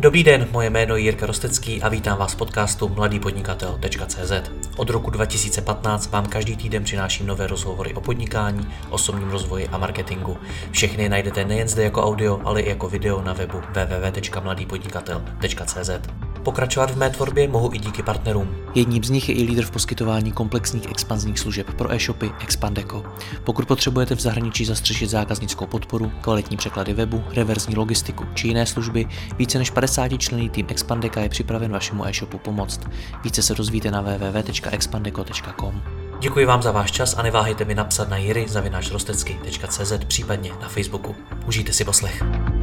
Dobrý den, moje jméno je Jirka Rostecký a vítám vás v podcastu mladýpodnikatel.cz. Od roku 2015 vám každý týden přináším nové rozhovory o podnikání, osobním rozvoji a marketingu. Všechny najdete nejen zde jako audio, ale i jako video na webu www.mladýpodnikatel.cz. Pokračovat v mé tvorbě mohu i díky partnerům. Jedním z nich je i lídr v poskytování komplexních expanzních služeb pro e-shopy Expandeco. Pokud potřebujete v zahraničí zastřešit zákaznickou podporu, kvalitní překlady webu, reverzní logistiku či jiné služby, více než 50členný tým Expandeca je připraven vašemu e-shopu pomoct. Více se dozvíte na www.expandeco.com. Děkuji vám za váš čas a neváhejte mi napsat na jiry@rostecky.cz, případně na Facebooku. Užijte si poslech.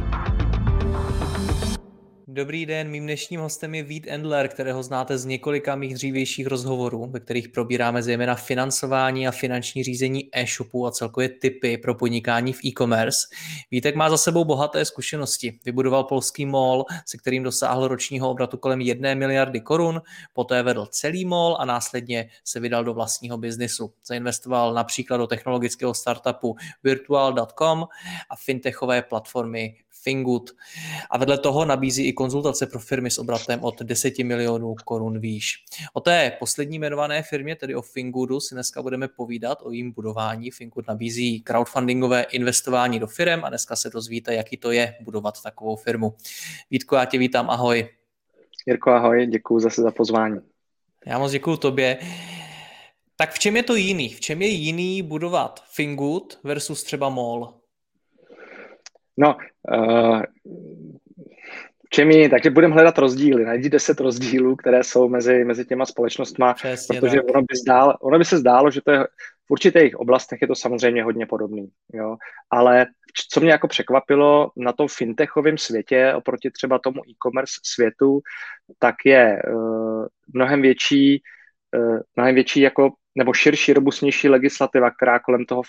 Dobrý den, mým dnešním hostem je Vít Endler, kterého znáte z několika mých dřívějších rozhovorů, ve kterých probíráme zejména financování a finanční řízení e-shopů a celkově tipy pro podnikání v e-commerce. Vítek má za sebou bohaté zkušenosti. Vybudoval polský mall, se kterým dosáhl ročního obratu kolem 1 miliardy korun, poté vedl celý mall a následně se vydal do vlastního biznisu. Zainvestoval například do technologického startupu Virtual.com a fintechové platformy Fingood. A vedle toho nabízí i konzultace pro firmy s obratem od 10 milionů korun výš. O té poslední jmenované firmě, tedy o Fingoodu, si dneska budeme povídat o jejím budování. Fingood nabízí crowdfundingové investování do firem a dneska se dozvíte, jaký to je budovat takovou firmu. Vítko, já tě vítám, ahoj. Jirko, ahoj, děkuju zase za pozvání. Já moc děkuju tobě. Tak v čem je to jiný? V čem je jiný budovat Fingood versus třeba mall? No, čemi, takže budeme hledat rozdíly. Najdi 10 rozdílů, které jsou mezi těma společnostma, přesně protože tak. ono by se zdálo, že to je v určitých oblastech je to samozřejmě hodně podobný. Jo? Ale co mě jako překvapilo na tom fintechovém světě oproti třeba tomu e-commerce světu, tak je mnohem větší jako nebo širší, robustnější legislativa, která kolem toho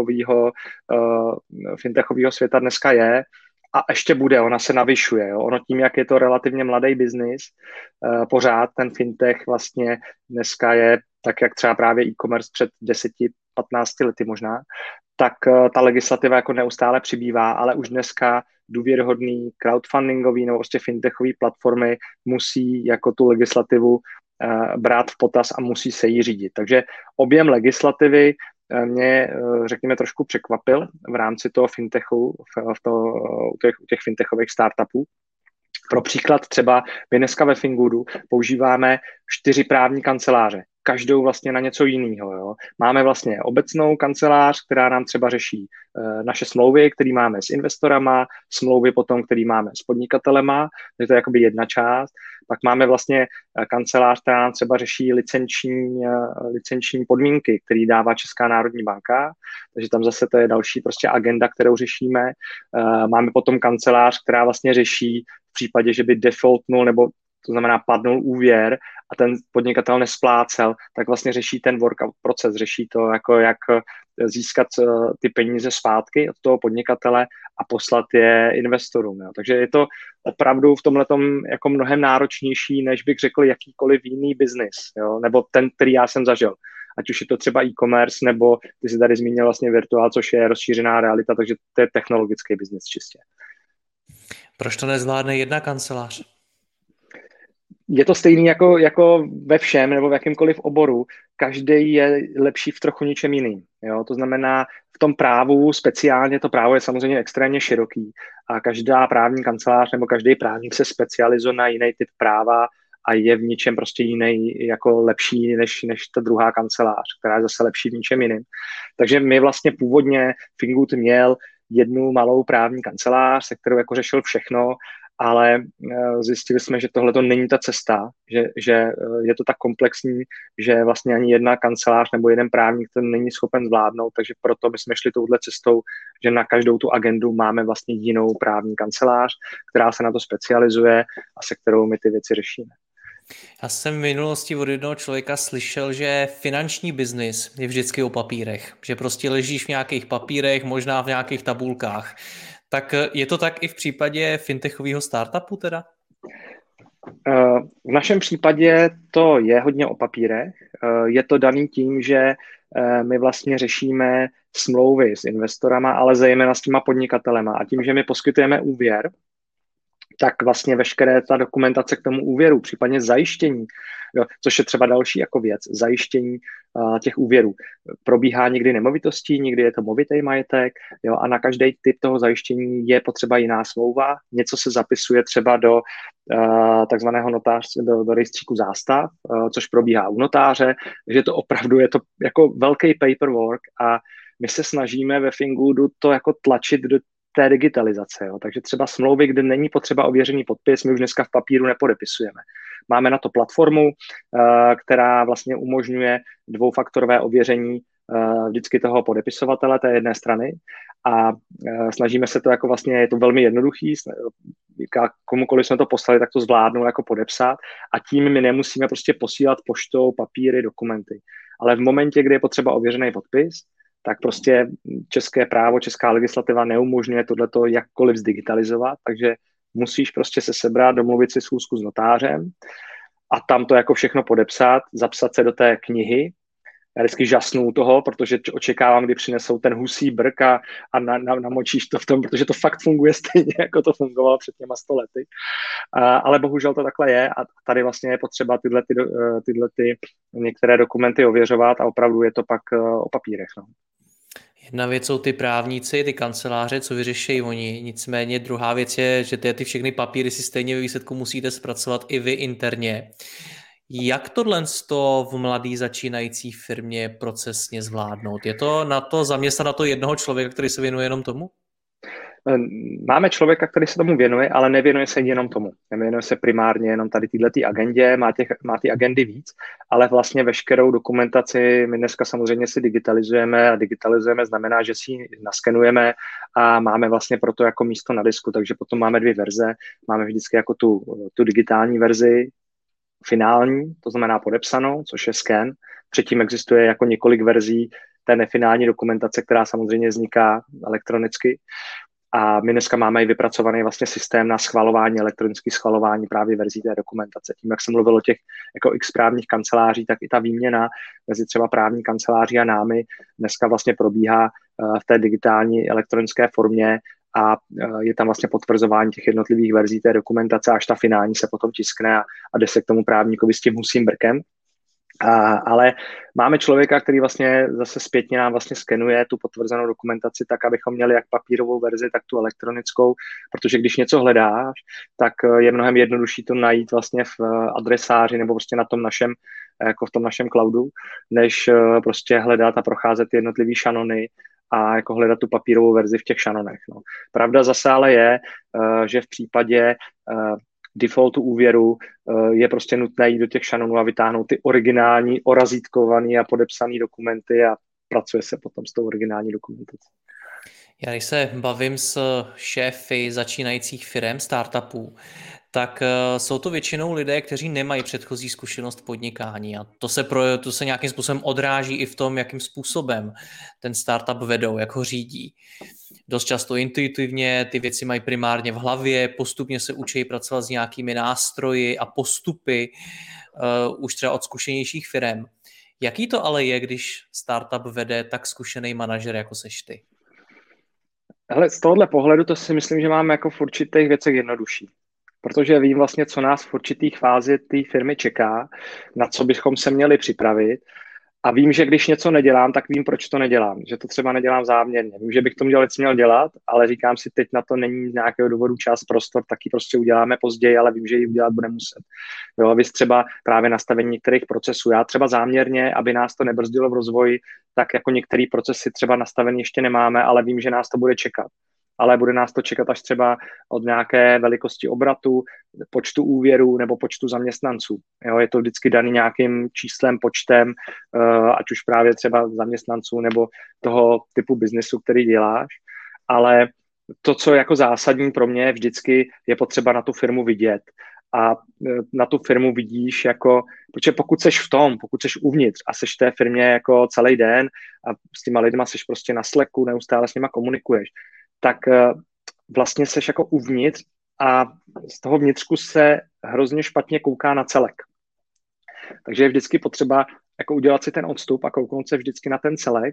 fintechového světa dneska je a ještě bude, ona se navyšuje. Jo? Ono tím, jak je to relativně mladý biznis, pořád ten fintech vlastně dneska je tak, jak třeba právě e-commerce před 10-15 lety možná, tak ta legislativa jako neustále přibývá, ale už dneska důvěryhodný crowdfundingový nebo prostě fintechový platformy musí jako tu legislativu brát v potaz a musí se jí řídit. Takže objem legislativy mě, řekněme, trošku překvapil v rámci toho fintechu, u těch fintechových startupů. Pro příklad třeba my dneska ve Fingoodu používáme 4 právní kanceláře, každou vlastně na něco jiného. Jo. Máme vlastně obecnou kancelář, která nám třeba řeší naše smlouvy, které máme s investorama, smlouvy potom, které máme s podnikatelema, takže to je jakoby jedna část. Pak máme vlastně kancelář, která nám třeba řeší licenční podmínky, které dává Česká národní banka, takže tam zase to je další prostě agenda, kterou řešíme. Máme potom kancelář, která vlastně řeší v případě, že by defaultnul nebo to znamená padnul úvěr a ten podnikatel nesplácel, tak vlastně řeší ten workout proces, řeší to, jako jak získat ty peníze zpátky od toho podnikatele a poslat je investorům. Jo. Takže je to opravdu v tomhletom jako mnohem náročnější, než bych řekl jakýkoliv jiný biznis, jo, nebo ten, který já jsem zažil. Ať už je to třeba e-commerce, nebo ty jsi tady zmínil vlastně virtuál, což je rozšířená realita, takže to je technologický biznis čistě. Proč to nezvládne jedna kancelář? Je to stejný jako ve všem nebo v jakýmkoliv oboru. Každý je lepší v trochu něčem jiným. Jo? To znamená, v tom právu speciálně to právo je samozřejmě extrémně široký a každá právní kancelář nebo každý právník se specializuje na jiný typ práva a je v něčem prostě jiný jako lepší než ta druhá kancelář, která je zase lepší v něčem jiným. Takže my vlastně původně Fingood měl jednu malou právní kancelář, se kterou jako řešil všechno, ale zjistili jsme, že tohle to není ta cesta, že je to tak komplexní, že vlastně ani jedna kancelář nebo jeden právník to není schopen zvládnout, takže proto my jsme šli touhle cestou, že na každou tu agendu máme vlastně jinou právní kancelář, která se na to specializuje a se kterou my ty věci řešíme. Já jsem v minulosti od jednoho člověka slyšel, že finanční biznis je vždycky o papírech, že prostě ležíš v nějakých papírech, možná v nějakých tabulkách. Tak je to tak i v případě fintechového startupu teda? V našem případě to je hodně o papírech. Je to daný tím, že my vlastně řešíme smlouvy s investorama, ale zejména s těma podnikatelema. A tím, že my poskytujeme úvěr, tak vlastně veškeré ta dokumentace k tomu úvěru, případně zajištění, jo, což je třeba další jako věc, zajištění těch úvěrů. Probíhá někdy nemovitostí, někdy je to movitý majetek, jo, a na každý typ toho zajištění je potřeba jiná smlouva. Něco se zapisuje třeba do takzvaného do rejstříku zástav, což probíhá u notáře, takže to opravdu je to jako velký paperwork a my se snažíme ve Fingoodu to jako tlačit do té digitalizace. Jo. Takže třeba smlouvy, kde není potřeba ověřený podpis, my už dneska v papíru nepodepisujeme. Máme na to platformu, která vlastně umožňuje dvoufaktorové ověření vždycky toho podepisovatele té jedné strany a snažíme se to jako vlastně, je to velmi jednoduchý, komukoliv jsme to poslali, tak to zvládnou jako podepsat a tím my nemusíme prostě posílat poštou papíry, dokumenty. Ale v momentě, kdy je potřeba ověřený podpis, tak prostě české právo, česká legislativa neumožňuje tohleto jakkoliv zdigitalizovat, takže musíš prostě se sebrat, domluvit si schůzku s notářem a tam to jako všechno podepsat, zapsat se do té knihy. Já vždycky žasnu u toho, protože očekávám, kdy přinesou ten husí brk a namočíš to v tom, protože to fakt funguje stejně, jako to fungovalo před těma 100 lety. Ale bohužel to takhle je a tady vlastně je potřeba tyhle některé dokumenty ověřovat a opravdu je to pak o papírech. No. Jedna věc jsou ty právníci, ty kanceláře, co vyřeší oni. Nicméně druhá věc je, že ty všechny papíry si stejně ve výsledku musíte zpracovat i vy interně. Jak tohle v mladý začínající firmě procesně zvládnout? Je to na to zaměstnat na to jednoho člověka, který se věnuje jenom tomu? Máme člověka, který se tomu věnuje, ale nevěnuje se jenom tomu. Nevěnuje se primárně jenom tady této agendě, má ty agendy víc, ale vlastně veškerou dokumentaci my dneska samozřejmě si digitalizujeme a digitalizujeme znamená, že si ji naskenujeme a máme vlastně proto jako místo na disku, takže potom máme 2 verze. Máme vždycky jako tu digitální verzi, finální, to znamená podepsanou, což je scan. Předtím existuje jako několik verzí té nefinální dokumentace, která samozřejmě vzniká elektronicky. A my dneska máme i vypracovaný vlastně systém na schvalování, elektronické schvalování právě verzí té dokumentace. Tím, jak jsem mluvil o těch jako x právních kanceláří, tak i ta výměna mezi třeba právní kanceláří a námi dneska vlastně probíhá v té digitální elektronické formě a je tam vlastně potvrzování těch jednotlivých verzí té dokumentace, až ta finální se potom tiskne a jde se k tomu právníkovi s tím husím brkem. Ale máme člověka, který vlastně zase zpětně nám vlastně skenuje tu potvrzenou dokumentaci tak, abychom měli jak papírovou verzi, tak tu elektronickou, protože když něco hledáš, tak je mnohem jednodušší to najít vlastně v adresáři nebo prostě na tom našem, jako v tom našem cloudu, než prostě hledat a procházet ty jednotlivý šanony a jako hledat tu papírovou verzi v těch šanonech. No. Pravda zase ale je, že v případě defaultu úvěru je prostě nutné jít do těch šanonů a vytáhnout ty originální, orazítkované a podepsané dokumenty a pracuje se potom s tou originální dokumentací. Já když se bavím s šéfy začínajících firem, startupů, tak jsou to většinou lidé, kteří nemají předchozí zkušenost v podnikání a to se nějakým způsobem odráží i v tom, jakým způsobem ten startup vedou, jak ho řídí. Dost často intuitivně ty věci mají primárně v hlavě, postupně se učí pracovat s nějakými nástroji a postupy už třeba od zkušenějších firem. Jaký to ale je, když startup vede tak zkušený manažer, jako seš ty? Hele, z tohohle pohledu to si myslím, že máme jako v určitých věcech jednodušší. Protože vím vlastně, co nás v určitých fázi té firmy čeká, na co bychom se měli připravit. A vím, že když něco nedělám, tak vím, proč to nedělám. Že to třeba nedělám záměrně. Vím, že bych to měl dělat, ale říkám si, teď na to není z nějakého důvodu čas, prostor, taky prostě uděláme později, ale vím, že ji udělat bude muset. Jo, a vy třeba právě nastavení některých procesů. Já třeba záměrně, aby nás to nebrzdilo v rozvoji, tak jako některé procesy třeba nastavený ještě nemáme, ale vím, že nás to bude čekat. Ale bude nás to čekat až třeba od nějaké velikosti obratu, počtu úvěrů nebo počtu zaměstnanců. Jo, je to vždycky daný nějakým číslem, počtem, ať už právě třeba zaměstnanců nebo toho typu biznesu, který děláš. Ale to, co je jako zásadní pro mě, vždycky je potřeba na tu firmu vidět. A na tu firmu vidíš jako, protože pokud seš uvnitř a seš v té firmě jako celý den a s těma lidma seš prostě na Slacku, neustále s nima komunikuješ, tak vlastně seš jako uvnitř a z toho vnitřku se hrozně špatně kouká na celek. Takže je vždycky potřeba jako udělat si ten odstup a kouknout se vždycky na ten celek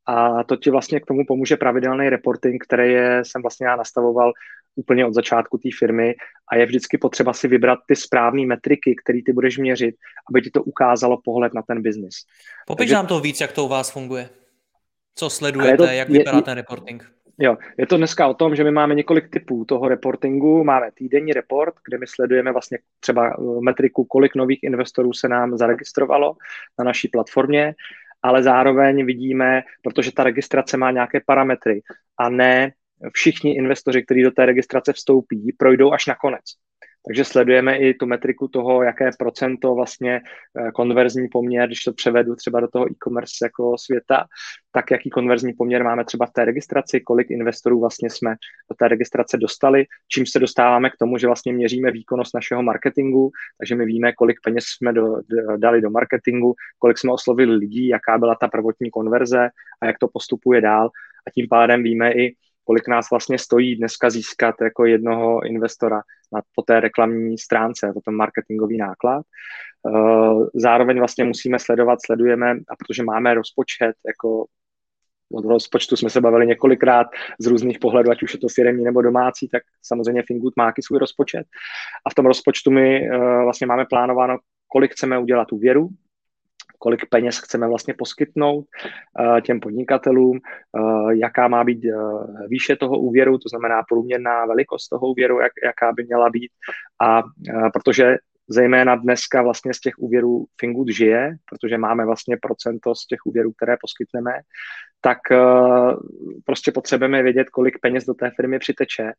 a to ti vlastně k tomu pomůže pravidelný reporting, který jsem vlastně já nastavoval úplně od začátku té firmy a je vždycky potřeba si vybrat ty správné metriky, které ty budeš měřit, aby ti to ukázalo pohled na ten biznis. Popiš nám to víc, jak to u vás funguje. Co Ale sledujete, jak vypadá ten reporting? Jo, je to dneska o tom, že my máme několik typů toho reportingu. Máme týdenní report, kde my sledujeme vlastně třeba metriku, kolik nových investorů se nám zaregistrovalo na naší platformě, ale zároveň vidíme, protože ta registrace má nějaké parametry a ne všichni investoři, kteří do té registrace vstoupí, projdou až nakonec. Takže sledujeme i tu metriku toho, jaké procento vlastně konverzní poměr, když to převedu třeba do toho e-commerce jako světa, tak jaký konverzní poměr máme třeba v té registraci, kolik investorů vlastně jsme do té registrace dostali, čím se dostáváme k tomu, že vlastně měříme výkonnost našeho marketingu, takže my víme, kolik peněz jsme dali do marketingu, kolik jsme oslovili lidí, jaká byla ta prvotní konverze a jak to postupuje dál a tím pádem víme i, kolik nás vlastně stojí dneska získat jako jednoho investora po té reklamní stránce, po tom marketingový náklad. Zároveň vlastně musíme sledujeme, a protože máme rozpočet, jako od rozpočtu jsme se bavili několikrát z různých pohledů, ať už je to firemní nebo domácí, tak samozřejmě Fingood má i svůj rozpočet. A v tom rozpočtu my vlastně máme plánováno, kolik chceme udělat úvěru, kolik peněz chceme vlastně poskytnout těm podnikatelům, jaká má být výše toho úvěru, to znamená průměrná velikost toho úvěru, jaká by měla být. A protože zejména dneska vlastně z těch úvěrů Fingood žije, protože máme vlastně procento z těch úvěrů, které poskytneme, tak prostě potřebujeme vědět, kolik peněz do té firmy přiteče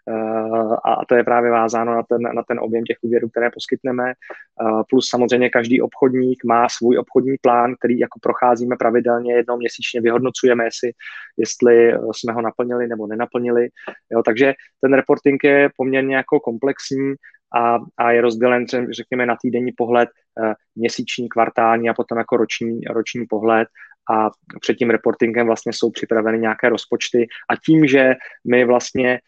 a to je právě vázáno na ten objem těch úvěrů, které poskytneme. Plus samozřejmě každý obchodník má svůj obchodní plán, který jako procházíme pravidelně, jednou měsíčně vyhodnocujeme, jestli jsme ho naplnili nebo nenaplnili. Jo, takže ten reporting je poměrně jako komplexní a je rozdělen, řekněme, na týdenní pohled, měsíční, kvartální a potom jako roční pohled. A před tím reportingem vlastně jsou připraveny nějaké rozpočty a tím, že my vlastně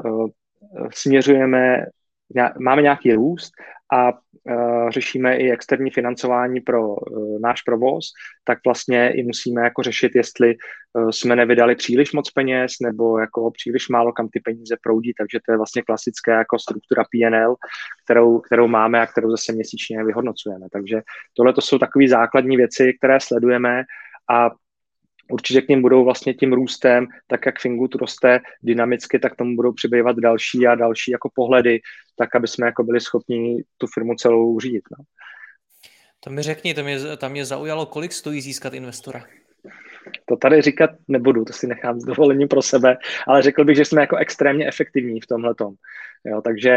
směřujeme, máme nějaký růst a řešíme i externí financování pro náš provoz, tak vlastně i musíme jako řešit, jestli jsme nevydali příliš moc peněz nebo jako příliš málo, kam ty peníze proudí, takže to je vlastně klasická jako struktura P&L, kterou máme a kterou zase měsíčně vyhodnocujeme. Takže tohle to jsou takové základní věci, které sledujeme a určitě k nim budou vlastně tím růstem, tak jak Fingood roste dynamicky, tak tomu budou přibývat další a další jako pohledy, tak aby jsme jako byli schopni tu firmu celou řídit. No. To mi řekni, tam mě zaujalo, kolik stojí získat investora. To tady říkat nebudu, to si nechám s dovolením pro sebe, ale řekl bych, že jsme jako extrémně efektivní v tomhletom. Jo, takže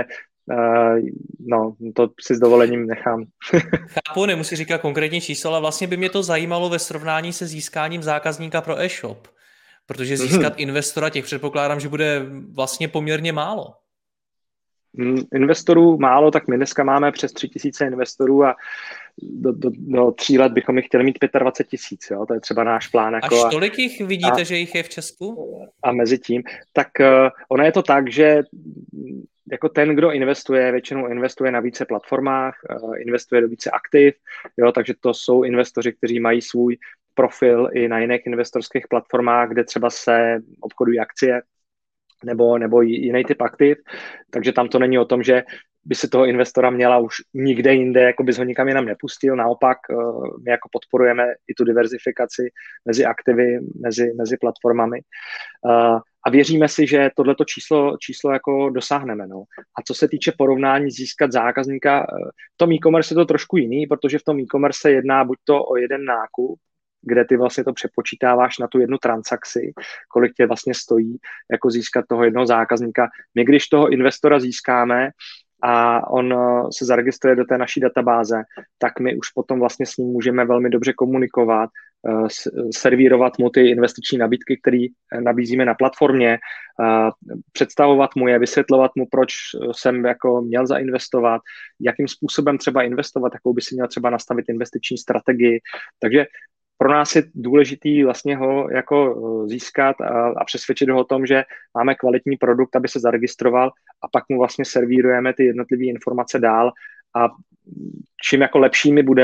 to si s dovolením nechám. Chápu, nemusí říkat konkrétní číslo, ale vlastně by mě to zajímalo ve srovnání se získáním zákazníka pro e-shop, protože získat investora, těch předpokládám, že bude vlastně poměrně málo. Investorů málo, tak my dneska máme přes 3000 investorů a do 3 let bychom jich chtěli mít 25 000, to je třeba náš plán. Jako až tolik jich vidíte, že jich je v Česku? A mezi tím, tak ono je to tak, že jako ten, kdo investuje, většinou investuje na více platformách, investuje do více aktiv, takže to jsou investoři, kteří mají svůj profil i na jiných investorských platformách, kde třeba se obchodují akcie nebo jiný typ aktiv, takže tam to není o tom, že by si toho investora měla už nikde jinde, jako bys ho nikam jinam nepustil, naopak my jako podporujeme i tu diverzifikaci mezi aktivy, mezi platformami a věříme si, že tohleto číslo jako dosáhneme. No. A co se týče porovnání získat zákazníka, v tom e-commerce je to trošku jiný, protože v tom e-commerce se jedná buď to o jeden nákup, kde ty vlastně to přepočítáváš na tu jednu transakci, kolik tě vlastně stojí jako získat toho jednoho zákazníka. My, když toho investora získáme a on se zaregistruje do té naší databáze, tak my už potom vlastně s ním můžeme velmi dobře komunikovat, servírovat mu ty investiční nabídky, které nabízíme na platformě, představovat mu je, vysvětlovat mu, proč jsem jako měl zainvestovat, jakým způsobem třeba investovat, jakou by si měl třeba nastavit investiční strategii. Takže pro nás je důležitý vlastně ho jako získat a přesvědčit ho o tom, že máme kvalitní produkt, aby se zaregistroval a pak mu vlastně servírujeme ty jednotlivé informace dál a čím jako lepšími budeme,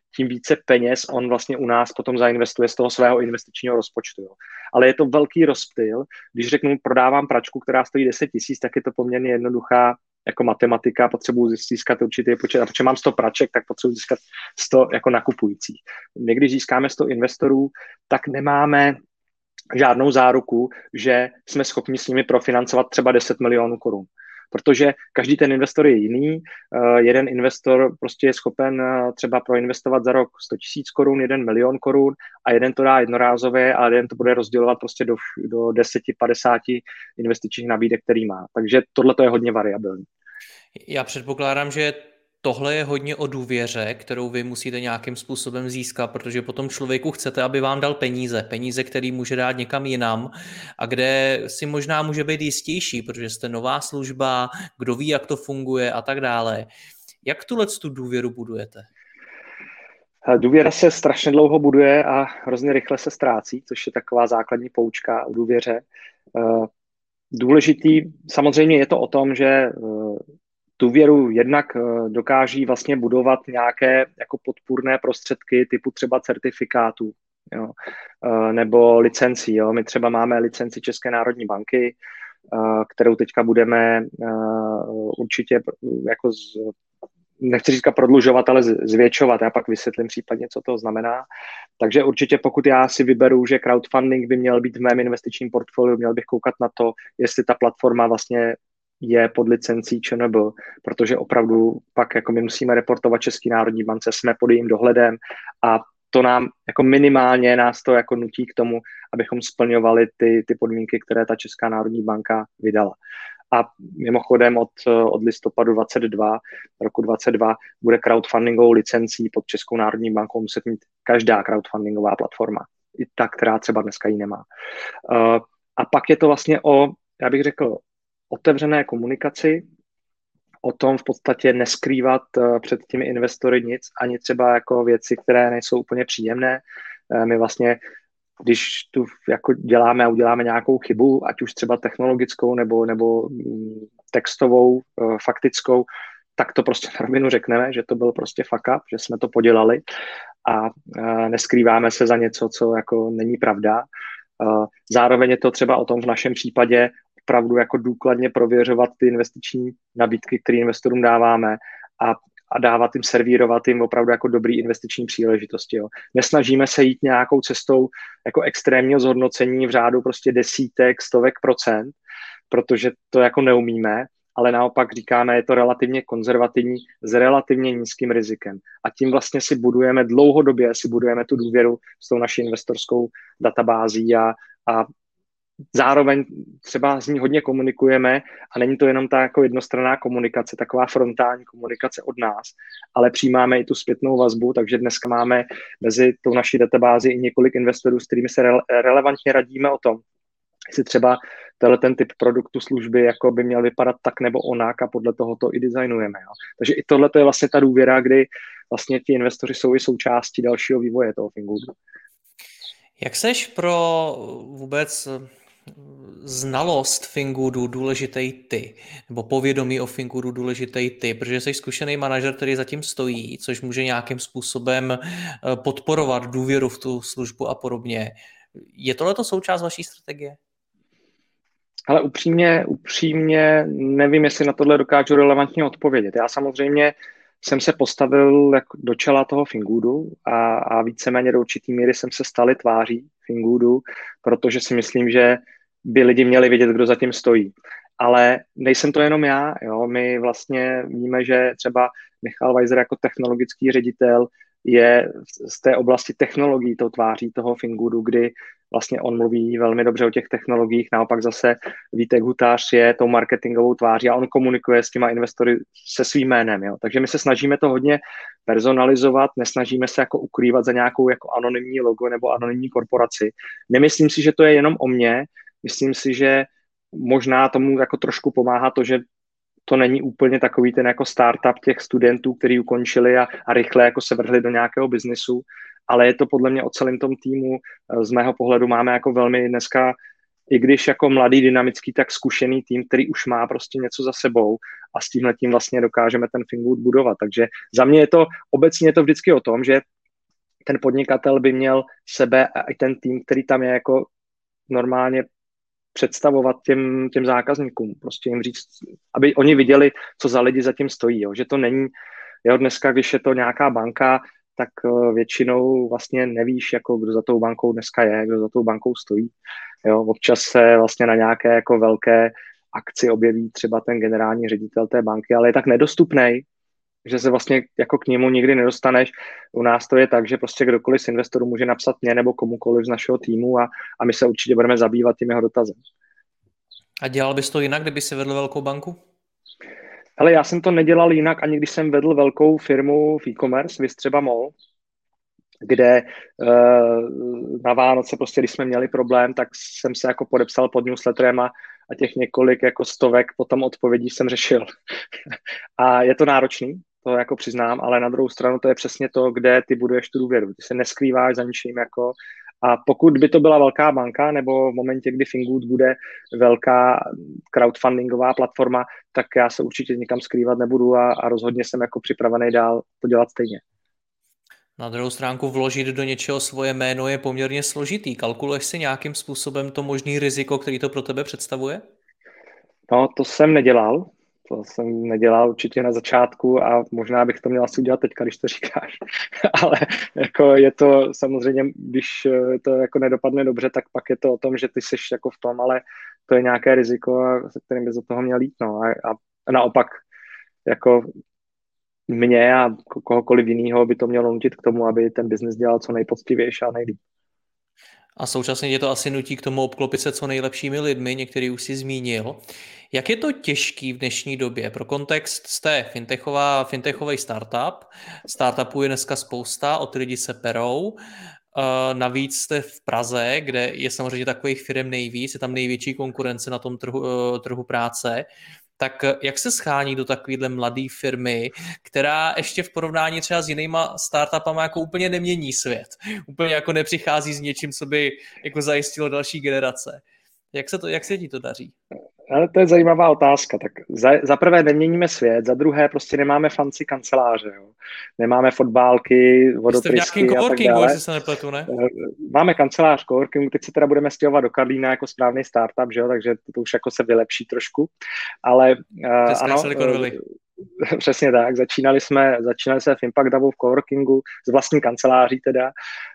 tím více peněz on vlastně u nás potom zainvestuje z toho svého investičního rozpočtu. Jo. Ale je to velký rozptyl. Když řeknu, prodávám pračku, která stojí 10 000, tak je to poměrně jednoduchá jako matematika, potřebuji získat určitý počet, a protože mám 100 praček, tak potřebuji získat 100 jako nakupujících. Někdy získáme 100 investorů, tak nemáme žádnou záruku, že jsme schopni s nimi profinancovat třeba 10 milionů korun. Protože každý ten investor je jiný. Jeden investor prostě je schopen třeba proinvestovat za rok 100 000 korun, 1 milion korun a jeden to dá jednorázově a jeden to bude rozdělovat prostě do 10-50 investičních nabídek, který má. Takže tohle je hodně variabilní. Já předpokládám, že tohle je hodně o důvěře, kterou vy musíte nějakým způsobem získat, protože potom člověku chcete, aby vám dal peníze, který může dát někam jinam a kde si možná může být jistější, protože jste nová služba, kdo ví, jak to funguje a tak dále. Jak tu důvěru budujete? Důvěra se strašně dlouho buduje a hrozně rychle se ztrácí, což je taková základní poučka o důvěře. Důležitý, samozřejmě je to o tom, že důvěru jednak dokáží vlastně budovat nějaké jako podpůrné prostředky typu třeba certifikátů, jo, nebo licencí. Jo. My třeba máme licenci České národní banky, kterou teďka budeme určitě jako nechci říkat prodlužovat, ale zvětšovat. Já pak vysvětlím případně, co to znamená. Takže určitě pokud já si vyberu, že crowdfunding by měl být v mém investičním portfoliu, měl bych koukat na to, jestli ta platforma vlastně je pod licencí ČNB, protože opravdu pak jako my musíme reportovat České národní bance, jsme pod jejím dohledem a to nám jako minimálně nás to jako nutí k tomu, abychom splňovali ty podmínky, které ta Česká národní banka vydala. A mimochodem od listopadu 22, roku 22 bude crowdfundingovou licencí pod Českou národní bankou muset mít každá crowdfundingová platforma. I ta, která třeba dneska ji nemá. A pak je to vlastně já bych řekl, otevřené komunikaci, o tom v podstatě neskrývat před těmi investory nic, ani třeba jako věci, které nejsou úplně příjemné. My vlastně, když tu jako děláme a uděláme nějakou chybu, ať už třeba technologickou nebo textovou, faktickou, tak to prostě na rovinu řekneme, že to byl prostě fuck up, že jsme to podělali a neskrýváme se za něco, co jako není pravda. Zároveň je to třeba o tom v našem případě opravdu jako důkladně prověřovat ty investiční nabídky, které investorům dáváme a dávat jim, servírovat jim opravdu jako dobrý investiční příležitosti. Jo. Nesnažíme se jít nějakou cestou jako extrémního zhodnocení v řádu prostě desítek, stovek procent, protože to jako neumíme, ale naopak říkáme, je to relativně konzervativní s relativně nízkým rizikem. A tím vlastně dlouhodobě si budujeme tu důvěru s tou naší investorskou databází a zároveň třeba s ní hodně komunikujeme a není to jenom ta jako jednostranná komunikace, taková frontální komunikace od nás, ale přijímáme i tu zpětnou vazbu, takže dneska máme mezi tou naší databázi i několik investorů, s kterými se relevantně radíme o tom, jestli třeba ten typ produktu, služby jako by měl vypadat tak nebo onak a podle toho to i designujeme. Jo. Takže i tohle je vlastně ta důvěra, kdy vlastně ti investoři jsou i součástí dalšího vývoje toho Fingoodu. Jak seš pro vůbec znalost Fingoodu důležitý ty, nebo povědomí o Fingoodu důležitý ty, protože jsi zkušený manažer, který zatím stojí, což může nějakým způsobem podporovat důvěru v tu službu a podobně. Je tohleto součást vaší strategie? Ale upřímně nevím, jestli na tohle dokážu relevantně odpovědět. Já samozřejmě jsem se postavil do čela toho Fingoodu a víceméně do určitý míry jsem se stal tváří Fingoodu, protože si myslím, že by lidi měli vědět, kdo za tím stojí. Ale nejsem to jenom já, jo? My vlastně víme, že třeba Michal Weiser jako technologický ředitel je z té oblasti technologií tou tváří toho Fingoodu, kdy vlastně on mluví velmi dobře o těch technologiích, naopak zase Vítek Hutář je tou marketingovou tváří a on komunikuje s těma investory se svým jménem. Jo? Takže my se snažíme to hodně personalizovat, nesnažíme se jako ukrývat za nějakou jako anonymní logo nebo anonymní korporaci. Nemyslím si, že to je jenom o mně, myslím si, že možná tomu jako trošku pomáhá to, že to není úplně takový ten jako startup těch studentů, kteří ukončili a rychle jako se vrhli do nějakého biznisu, ale je to podle mě o celém tom týmu. Z mého pohledu máme jako velmi dneska, i když jako mladý, dynamický, tak zkušený tým, který už má prostě něco za sebou a s tímhletím vlastně dokážeme ten Fingood budovat. Takže za mě je to, obecně je to vždycky o tom, že ten podnikatel by měl sebe a i ten tým, který tam je, jako normálně představovat těm zákazníkům, prostě jim říct, aby oni viděli, co za lidi zatím stojí, jo. Že to není, jo, dneska, když je to nějaká banka, tak většinou vlastně nevíš, jako kdo za tou bankou dneska je, kdo za tou bankou stojí. Jo. Občas se vlastně na nějaké jako velké akci objeví třeba ten generální ředitel té banky, ale je tak nedostupný, že se vlastně jako k němu nikdy nedostaneš. U nás to je tak, že prostě kdokoliv z investorů může napsat mě nebo komukoliv z našeho týmu a my se určitě budeme zabývat tím jeho dotazem. A dělal bys to jinak, kdyby si vedl velkou banku? Ale já jsem to nedělal jinak, ani když jsem vedl velkou firmu v e-commerce, viz třeba MOL, kde na Vánoce prostě, když jsme měli problém, tak jsem se jako podepsal pod newsletterem a těch několik jako stovek potom odpovědí jsem řešil. A je to náročný, to jako přiznám, ale na druhou stranu to je přesně to, kde ty buduješ tu důvěru. Ty se neskrýváš za ničím jako. A pokud by to byla velká banka, nebo v momentě, kdy Fingood bude velká crowdfundingová platforma, tak já se určitě nikam skrývat nebudu a rozhodně jsem jako připravený dál to dělat stejně. Na druhou stránku vložit do něčeho svoje jméno je poměrně složitý. Kalkuluješ si nějakým způsobem to možný riziko, který to pro tebe představuje? No, to jsem nedělal. To jsem nedělal určitě na začátku a možná bych to měl asi udělat teďka, když to říkáš. Ale jako je to samozřejmě, když to jako nedopadne dobře, tak pak je to o tom, že ty seš jako v tom, ale to je nějaké riziko, se kterým bys do toho měl jít. No. A naopak jako mě a kohokoliv jiného by to mělo nutit k tomu, aby ten biznis dělal co nejpoctivější a nejlíp. A současně tě to asi nutí k tomu obklopit se co nejlepšími lidmi, některý už si zmínil. Jak je to těžký v dnešní době? Pro kontext jste fintechový startup. Startupů je dneska spousta, o ty lidi se perou. Navíc jste v Praze, kde je samozřejmě takových firm nejvíc, je tam největší konkurence na tom trhu práce. Tak jak se schání do takovéhle mladé firmy, která ještě v porovnání třeba s jinýma startupama jako úplně nemění svět. Úplně jako nepřichází s něčím, co by jako zajistilo další generace. Jak se ti to daří? Ale to je zajímavá otázka. Tak za prvé neměníme svět, za druhé prostě nemáme fancy kanceláře. Jo. Nemáme fotbálky, vodotrysky jste v nějakým coworkingu, jestli se nepletu, ne? Máme kancelář coworkingu, teď se teda budeme stěhovat do Karlína jako správný startup, že jo, takže to už jako se vylepší trošku. Ale ano, přesně tak, začínali jsme v Impact Hubu v coworkingu, s vlastní kanceláří teda,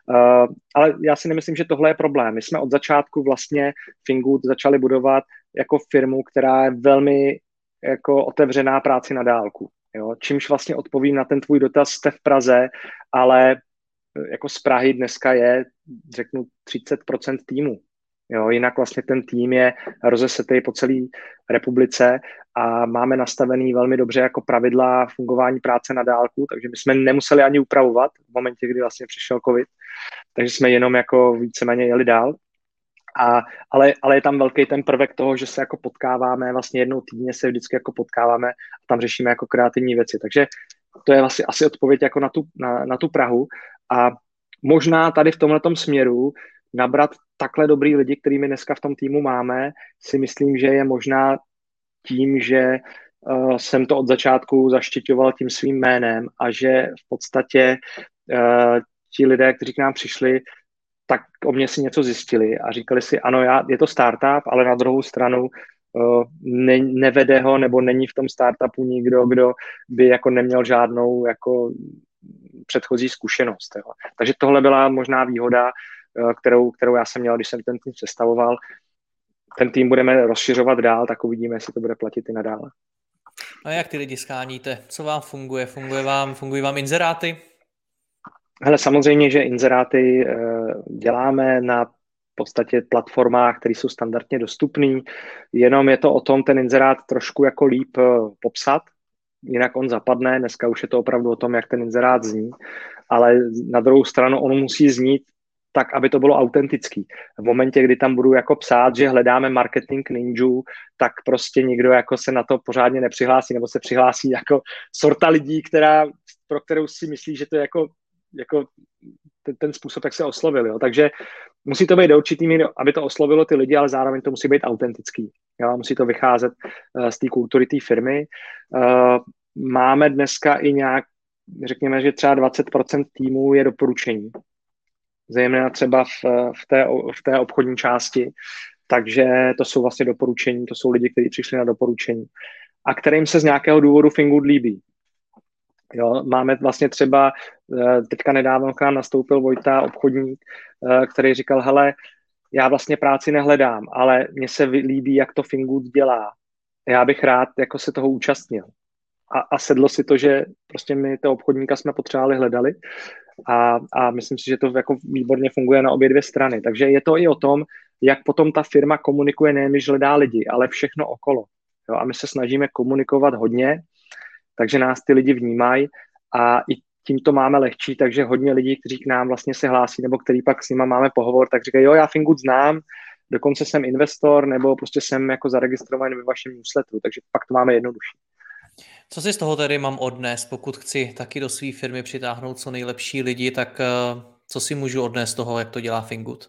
ale já si nemyslím, že tohle je problém. My jsme od začátku vlastně Fingood začali budovat jako firmu, která je velmi jako otevřená práci na dálku. Jo? Čímž vlastně odpovím na ten tvůj dotaz, jste v Praze, ale jako z Prahy dneska je, řeknu, 30% týmu. Jo, jinak vlastně ten tým je rozesetý po celé republice a máme nastavený velmi dobře jako pravidla fungování práce na dálku, takže my jsme nemuseli ani upravovat v momentě, kdy vlastně přišel covid, takže jsme jenom jako víceméně jeli dál. Ale je tam velký ten prvek toho, že se jako potkáváme, vlastně jednou týdně se vždycky jako potkáváme a tam řešíme jako kreativní věci, takže to je vlastně asi odpověď jako na tu Prahu a možná tady v tomhletom směru nabrat takhle dobrý lidi, kterými dneska v tom týmu máme, si myslím, že je možná tím, že jsem to od začátku zaštiťoval tím svým jménem a že v podstatě ti lidé, kteří k nám přišli, tak o mě si něco zjistili a říkali si, ano, je to startup, ale na druhou stranu nevede ho, nebo není v tom startupu nikdo, kdo by jako neměl žádnou jako předchozí zkušenost. Jo. Takže tohle byla možná výhoda, kterou já jsem měl, když jsem ten tým sestavoval. Ten tým budeme rozšiřovat dál, tak uvidíme, jestli to bude platit i nadále. A jak ty lidi scháníte? Co vám funguje? Fungují vám inzeráty? Hele, samozřejmě, že inzeráty děláme na v podstatě platformách, které jsou standardně dostupné, jenom je to o tom ten inzerát trošku jako líp popsat, jinak on zapadne, dneska už je to opravdu o tom, jak ten inzerát zní, ale na druhou stranu on musí znít tak, aby to bylo autentický. V momentě, kdy tam budu jako psát, že hledáme marketing ninju, tak prostě nikdo jako se na to pořádně nepřihlásí, nebo se přihlásí jako sorta lidí, pro kterou si myslí, že to je jako ten způsob, jak se oslovili. Jo. Takže musí to být do určitý míry, aby to oslovilo ty lidi, ale zároveň to musí být autentický. Jo. Musí to vycházet z té kultury té firmy. Máme dneska i řekněme, že třeba 20% týmů je doporučení, zejména třeba v té obchodní části, takže to jsou vlastně doporučení, to jsou lidi, kteří přišli na doporučení a kterým se z nějakého důvodu Fingood líbí. Jo, máme vlastně třeba, teďka nedávno k nám nastoupil Vojta, obchodník, který říkal, hele, já vlastně práci nehledám, ale mně se líbí, jak to Fingood dělá. Já bych rád jako se toho účastnil. A sedlo si to, že prostě my toho obchodníka jsme potřebovali, hledali a myslím si, že to jako výborně funguje na obě dvě strany. Takže je to i o tom, jak potom ta firma komunikuje, nejen že hledá lidi, ale všechno okolo. Jo, a my se snažíme komunikovat hodně, takže nás ty lidi vnímají a i tím to máme lehčí, takže hodně lidí, kteří k nám vlastně se hlásí, nebo který pak s nima máme pohovor, tak říkají, jo, já Fingood znám, dokonce jsem investor, nebo prostě jsem jako zaregistrovaný ve vašem newsletteru, takže pak to máme jednodušší. Co si z toho tedy mám odnést, pokud chci taky do své firmy přitáhnout co nejlepší lidi, tak co si můžu odnést z toho, jak to dělá Fingood?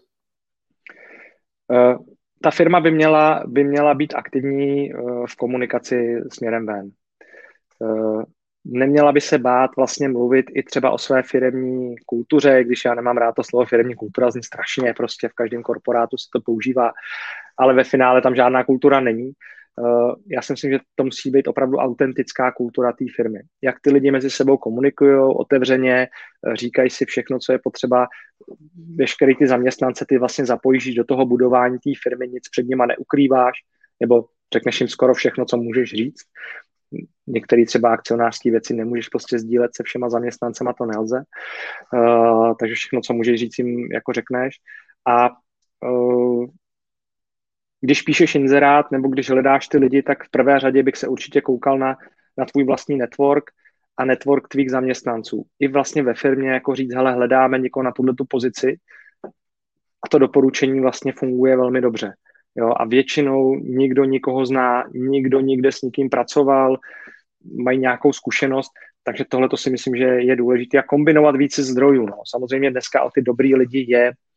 Ta firma by měla být aktivní v komunikaci směrem ven. Neměla by se bát vlastně mluvit i třeba o své firemní kultuře, když já nemám rád to slovo firemní kultura, zní strašně, prostě v každém korporátu se to používá, ale ve finále tam žádná kultura není. Já si myslím, že to musí být opravdu autentická kultura té firmy. Jak ty lidi mezi sebou komunikují otevřeně, říkají si všechno, co je potřeba, veškerý ty zaměstnance ty vlastně zapojíš do toho budování té firmy, nic před nima neukrýváš, nebo řekneš jim skoro všechno, co můžeš říct. Některé třeba akcionářské věci nemůžeš prostě sdílet se všema zaměstnancema, to nelze. Takže všechno, co můžeš říct, jim jako řekneš. A když píšeš inzerát nebo když hledáš ty lidi, tak v prvé řadě bych se určitě koukal na tvůj vlastní network a network tvých zaměstnanců. I vlastně ve firmě jako říct, hele, hledáme někoho na tuto pozici a to doporučení vlastně funguje velmi dobře. Jo, a většinou nikdo nikoho zná, nikdo nikde s nikým pracoval, mají nějakou zkušenost, takže tohle to si myslím, že je důležité a kombinovat více zdrojů. No. Samozřejmě dneska o ty dobrý lidi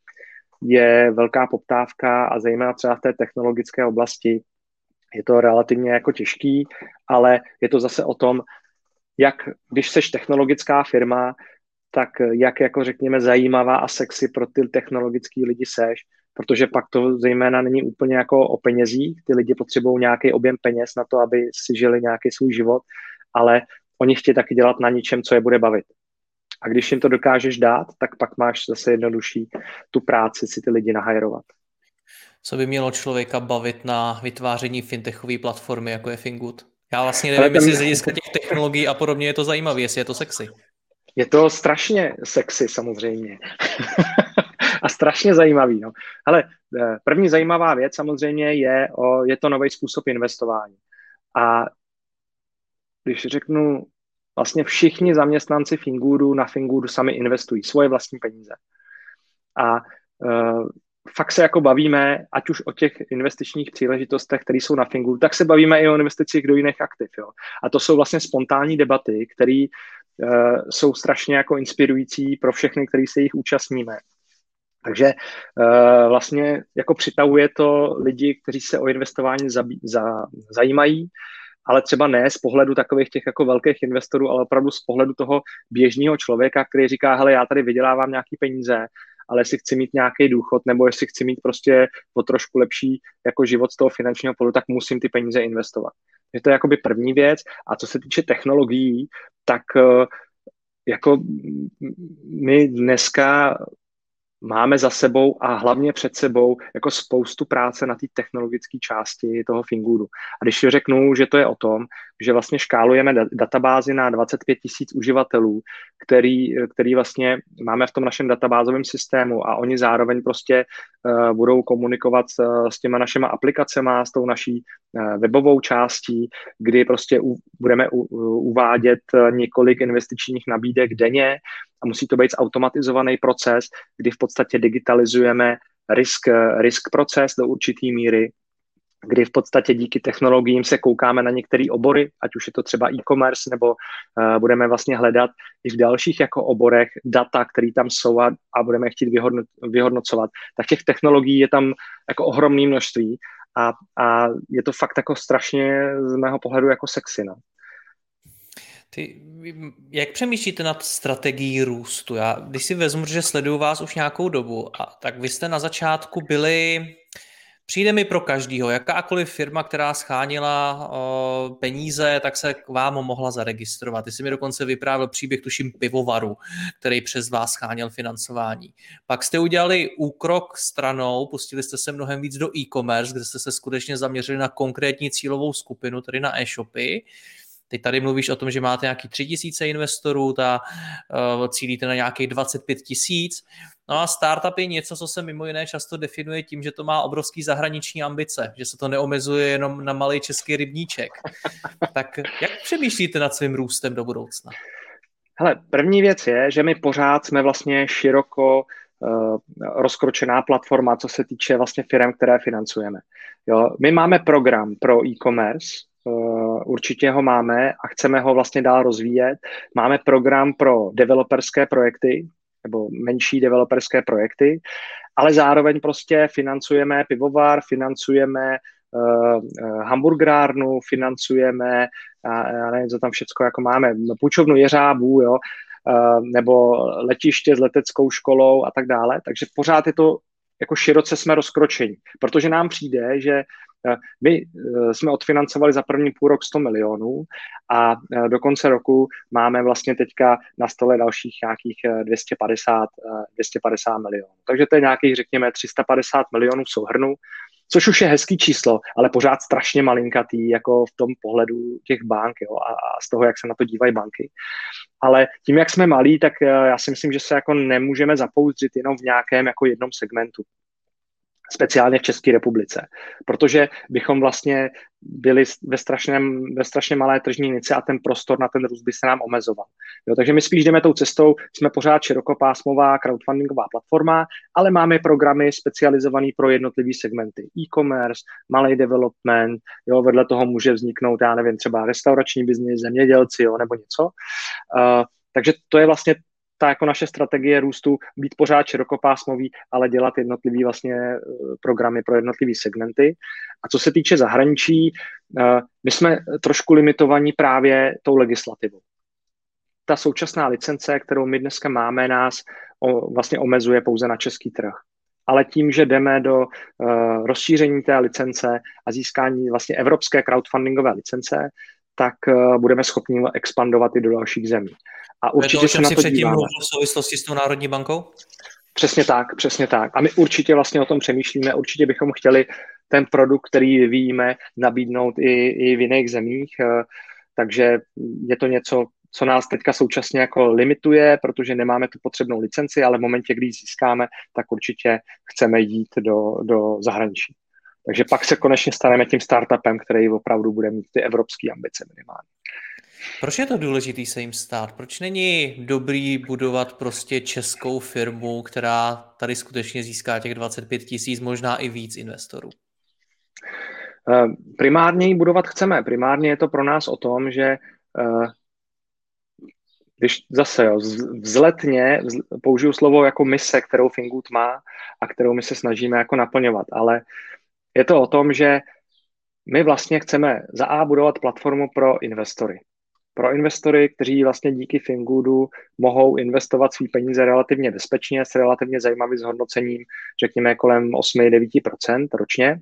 je velká poptávka a zejména třeba v té technologické oblasti je to relativně jako těžký, ale je to zase o tom, jak když seš technologická firma, tak jak jako řekněme zajímavá a sexy pro ty technologický lidi seš, protože pak to zejména není úplně jako o penězích, ty lidi potřebují nějaký objem peněz na to, aby si žili nějaký svůj život, ale oni chtějí taky dělat na něčem, co je bude bavit. A když jim to dokážeš dát, tak pak máš zase jednodušší tu práci si ty lidi nahajrovat. Co by mělo člověka bavit na vytváření fintechové platformy, jako je Fingood? Já vlastně nevím, jestli z hlediska těch technologií a podobně je to zajímavé, jestli je to sexy. Je to strašně sexy samozřejmě. A strašně zajímavý. No. Ale první zajímavá věc samozřejmě je to nový způsob investování. A když řeknu, vlastně všichni zaměstnanci Fingoodu na Fingoodu sami investují svoje vlastní peníze. A fakt se jako bavíme, ať už o těch investičních příležitostech, které jsou na Fingoodu, tak se bavíme i o investicích do jiných aktiv. Jo. A to jsou vlastně spontánní debaty, které jsou strašně jako inspirující pro všechny, kteří se jich účastníme. Takže vlastně jako přitahuje to lidi, kteří se o investování zajímají, ale třeba ne z pohledu takových těch jako velkých investorů, ale opravdu z pohledu toho běžného člověka, který říká, hele, já tady vydělávám nějaký peníze, ale jestli chci mít nějaký důchod, nebo jestli chci mít prostě o trošku lepší jako život z toho finančního pohledu, tak musím ty peníze investovat. Je to jakoby první věc. A co se týče technologií, tak jako my dneska máme za sebou a hlavně před sebou jako spoustu práce na té technologické části toho Fingoodu. A když řeknu, že to je o tom, že vlastně škálujeme databázi na 25 000 uživatelů, který vlastně máme v tom našem databázovém systému a oni zároveň prostě budou komunikovat s těma našima aplikacema, s tou naší webovou částí, kdy prostě budeme uvádět několik investičních nabídek denně a musí to být automatizovaný proces, kdy v podstatě digitalizujeme risk proces do určitý míry, kdy v podstatě díky technologiím se koukáme na některé obory, ať už je to třeba e-commerce, nebo budeme vlastně hledat i v dalších jako oborech data, které tam jsou a budeme chtít vyhodnocovat. Tak těch technologií je tam jako ohromné množství a je to fakt jako strašně z mého pohledu jako sexy. No. Jak přemýšlíte nad strategií růstu? Když si vezmu, že sleduju vás už nějakou dobu, tak vy jste na začátku byli, přijde mi pro každýho, jakákoliv firma, která schánila peníze, tak se k vám mohla zaregistrovat. Ty jsi mi dokonce vyprávěl příběh, tuším, pivovaru, který přes vás scháněl financování. Pak jste udělali úkrok stranou, pustili jste se mnohem víc do e-commerce, kde jste se skutečně zaměřili na konkrétní cílovou skupinu, tedy na e-shopy. Teď tady mluvíš o tom, že máte nějaký 3 000 investorů, cílíte na nějakých 25 000. No a startup je něco, co se mimo jiné často definuje tím, že to má obrovský zahraniční ambice, že se to neomezuje jenom na malý český rybníček. Tak jak přemýšlíte nad svým růstem do budoucna? Hele, první věc je, že my pořád jsme vlastně široko rozkročená platforma, co se týče vlastně firem, které financujeme. Jo, my máme program pro e-commerce, určitě ho máme a chceme ho vlastně dál rozvíjet. Máme program pro developerské projekty, nebo menší developerské projekty, ale zároveň prostě financujeme pivovar, financujeme hamburgerárnu, financujeme, já nevím, co tam všecko jako máme, půjčovnu jeřábů, jo, nebo letiště s leteckou školou a tak dále. Takže pořád je to, jako široce jsme rozkročení, protože nám přijde, že my jsme odfinancovali za první půlrok 100 milionů a do konce roku máme vlastně teďka na stole dalších nějakých 250 milionů. Takže to je nějakých, řekněme, 350 milionů v souhrnu, což už je hezký číslo, ale pořád strašně malinkatý, jako v tom pohledu těch bank, jo, a z toho, jak se na to dívají banky. Ale tím, jak jsme malí, tak já si myslím, že se jako nemůžeme zapouzdřit jenom v nějakém jako jednom segmentu. Speciálně v České republice, protože bychom vlastně byli ve strašně malé tržní nici a ten prostor na ten růst by se nám omezoval. Jo, takže my spíš jdeme tou cestou, jsme pořád širokopásmová crowdfundingová platforma, ale máme programy specializované pro jednotlivé segmenty. E-commerce, malý development, jo, vedle toho může vzniknout, já nevím, třeba restaurační biznis, zemědělci, jo, nebo něco. Takže to je vlastně ta jako naše strategie růstu, být pořád širokopásmový, ale dělat jednotlivý vlastně programy pro jednotlivý segmenty. A co se týče zahraničí, my jsme trošku limitovaní právě tou legislativou. Ta současná licence, kterou my dneska máme, nás vlastně omezuje pouze na český trh. Ale tím, že jdeme do rozšíření té licence a získání vlastně evropské crowdfundingové licence, tak budeme schopni expandovat i do dalších zemí. A určitě se na to díváme. V souvislosti s tou Národní bankou? Přesně tak, přesně tak. A my určitě vlastně o tom přemýšlíme, určitě bychom chtěli ten produkt, který vyvíjíme, nabídnout i v jiných zemích, takže je to něco, co nás teďka současně jako limituje, protože nemáme tu potřebnou licenci, ale v momentě, kdy ji získáme, tak určitě chceme jít do zahraničí. Takže pak se konečně staneme tím startupem, který opravdu bude mít ty evropské ambice minimálně. Proč je to důležitý se jim stát? Proč není dobrý budovat prostě českou firmu, která tady skutečně získá těch 25 000, možná i víc investorů? Primárně ji budovat chceme. Primárně je to pro nás o tom, že když zase vzletně použiju slovo jako mise, kterou Fingood má a kterou my se snažíme jako naplňovat, ale je to o tom, že my vlastně chceme za A budovat platformu pro investory. Pro investory, kteří vlastně díky Fingoodu mohou investovat svý peníze relativně bezpečně s relativně zajímavým zhodnocením, řekněme kolem 8-9% ročně.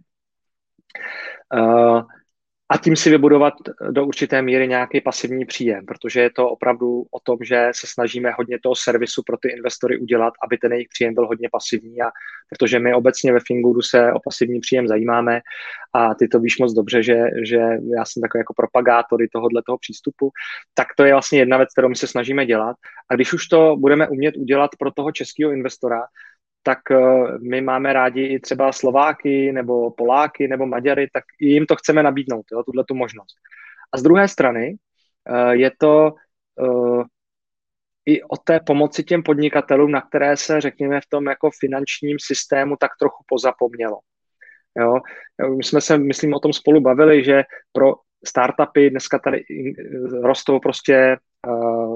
A tím si vybudovat do určité míry nějaký pasivní příjem, protože je to opravdu o tom, že se snažíme hodně toho servisu pro ty investory udělat, aby ten jejich příjem byl hodně pasivní, a protože my obecně ve Fingoodu se o pasivní příjem zajímáme a ty to víš moc dobře, že já jsem takový jako propagátor tohoto přístupu, tak to je vlastně jedna věc, kterou my se snažíme dělat. A když už to budeme umět udělat pro toho českého investora, tak my máme rádi i třeba Slováky nebo Poláky nebo Maďary, tak jim to chceme nabídnout, tu možnost. A z druhé strany je to i o té pomoci těm podnikatelům, na které se, řekněme, v tom jako finančním systému tak trochu pozapomnělo. Jo? My jsme se, myslím, o tom spolu bavili, že pro startupy dneska tady rostou prostě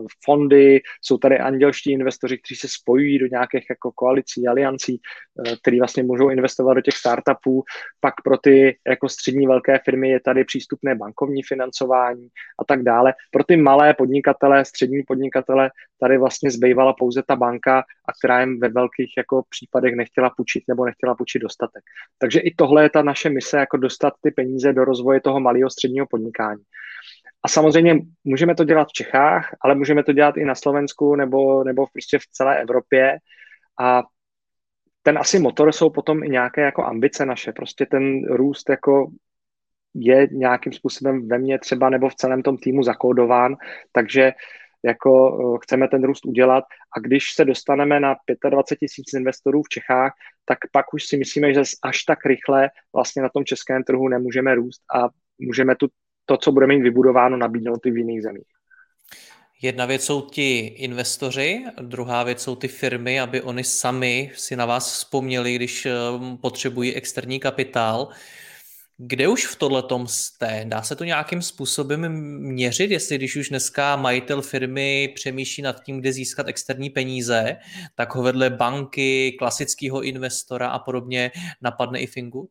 fondy, jsou tady andělští investoři, kteří se spojují do nějakých jako koalicí, aliancí, který vlastně můžou investovat do těch startupů. Pak pro ty jako střední velké firmy je tady přístupné bankovní financování a tak dále. Pro ty malé podnikatele, střední podnikatele tady vlastně zbývala pouze ta banka, a která jim ve velkých jako případech nechtěla půjčit nebo nechtěla půjčit dostatek. Takže i tohle je ta naše mise, jako dostat ty peníze do rozvoje toho malého středního podnikání. A samozřejmě můžeme to dělat v Čechách, ale můžeme to dělat i na Slovensku nebo prostě v celé Evropě. A ten asi motor jsou potom i nějaké jako ambice naše. Prostě ten růst jako je nějakým způsobem ve mně třeba nebo v celém tom týmu zakódován, takže jako chceme ten růst udělat, a když se dostaneme na 25 000 investorů v Čechách, tak pak už si myslíme, že až tak rychle vlastně na tom českém trhu nemůžeme růst a můžeme to, co budeme mít vybudováno, nabídnout i v jiných zemích. Jedna věc jsou ti investoři, druhá věc jsou ty firmy, aby oni sami si na vás vzpomněli, když potřebují externí kapitál. Kde už v tohletom jste? Dá se to nějakým způsobem měřit, jestli když už dneska majitel firmy přemýšlí nad tím, kde získat externí peníze, tak ho vedle banky, klasického investora a podobně napadne i Fingood?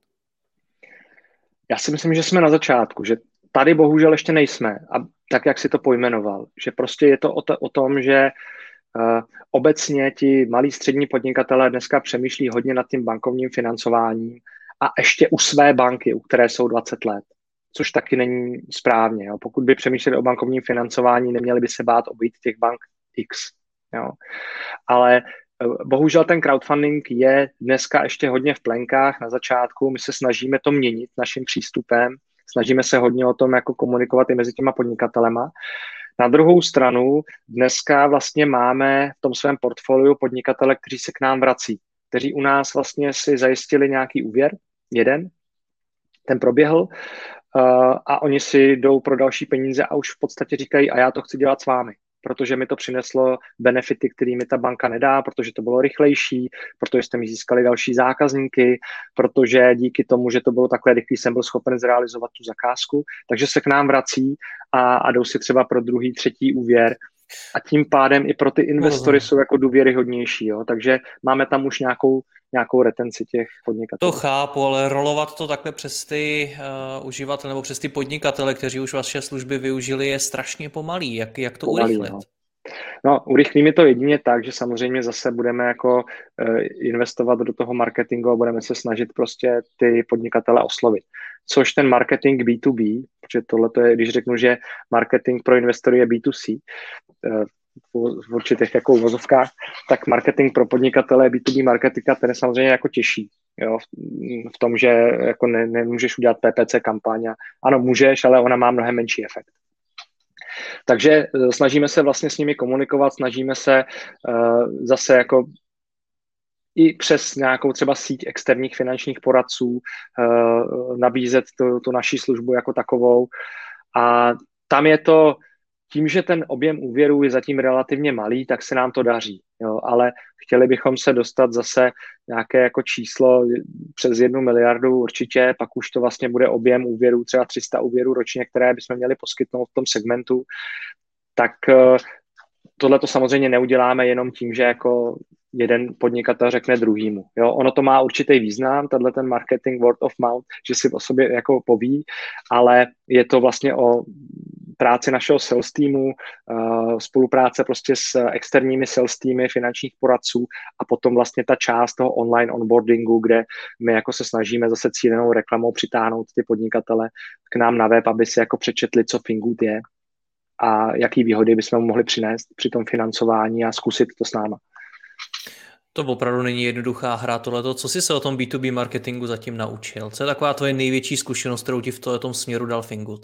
Já si myslím, že jsme na začátku, že tady bohužel ještě nejsme, a tak, jak si to pojmenoval, že prostě je to o tom, že obecně ti malí střední podnikatelé dneska přemýšlí hodně nad tím bankovním financováním a ještě u své banky, u které jsou 20 let, což taky není správně. Jo. Pokud by přemýšleli o bankovním financování, neměli by se bát obejít těch bank X. Jo. Ale bohužel ten crowdfunding je dneska ještě hodně v plenkách na začátku. My se snažíme to měnit naším přístupem, snažíme se hodně o tom jako komunikovat i mezi těma podnikatelema. Na druhou stranu dneska vlastně máme v tom svém portfoliu podnikatele, kteří se k nám vrací, kteří u nás vlastně si zajistili nějaký úvěr, ten proběhl, a oni si jdou pro další peníze a už v podstatě říkají, a já to chci dělat s vámi, protože mi to přineslo benefity, které mi ta banka nedá, protože to bylo rychlejší, protože jste mi získali další zákazníky, protože díky tomu, že to bylo takhle rychlý, jsem byl schopen zrealizovat tu zakázku, takže se k nám vrací a jdou si třeba pro druhý, třetí úvěr. A tím pádem i pro ty investory jsou jako důvěryhodnější, jo? Takže máme tam už nějakou retenci těch podnikatelů. To chápu, ale rolovat to takhle přes ty uživatele nebo přes ty podnikatele, kteří už vaše služby využili, je strašně pomalý. Jak to urychlit? No, urychlíme to jedině tak, že samozřejmě zase budeme jako investovat do toho marketingu a budeme se snažit prostě ty podnikatele oslovit. Což ten marketing B2B, protože tohle to je, když řeknu, že marketing pro investory je B2C, v určitých jako uvozovkách, tak marketing pro podnikatele je B2B marketing, ten je samozřejmě jako těžší. Jo, v tom, že jako nemůžeš udělat PPC kampaň. Ano, můžeš, ale ona má mnohem menší efekt. Takže snažíme se vlastně s nimi komunikovat, snažíme se zase jako i přes nějakou třeba síť externích finančních poradců nabízet tu naši službu jako takovou. A tam je to tím, že ten objem úvěrů je zatím relativně malý, tak se nám to daří. Jo, ale chtěli bychom se dostat zase nějaké jako číslo přes 1 miliardu určitě, pak už to vlastně bude objem úvěrů, třeba 300 úvěrů ročně, které bychom měli poskytnout v tom segmentu. Tak tohle to samozřejmě neuděláme jenom tím, že jako jeden podnikatel řekne druhýmu. Jo, ono to má určitý význam, tenhle ten marketing word of mouth, že si o sobě jako poví, ale je to vlastně o práci našeho sales týmu, spolupráce prostě s externími sales týmy, finančních poradců a potom vlastně ta část toho online onboardingu, kde my jako se snažíme zase cílenou reklamou přitáhnout ty podnikatele k nám na web, aby si jako přečetli, co Fingood je a jaký výhody bychom mohli přinést při tom financování a zkusit to s náma. To opravdu není jednoduchá hra tohleto. Co jsi se o tom B2B marketingu zatím naučil? Co je taková tvoje největší zkušenost, kterou ti v tom směru dal Fingood?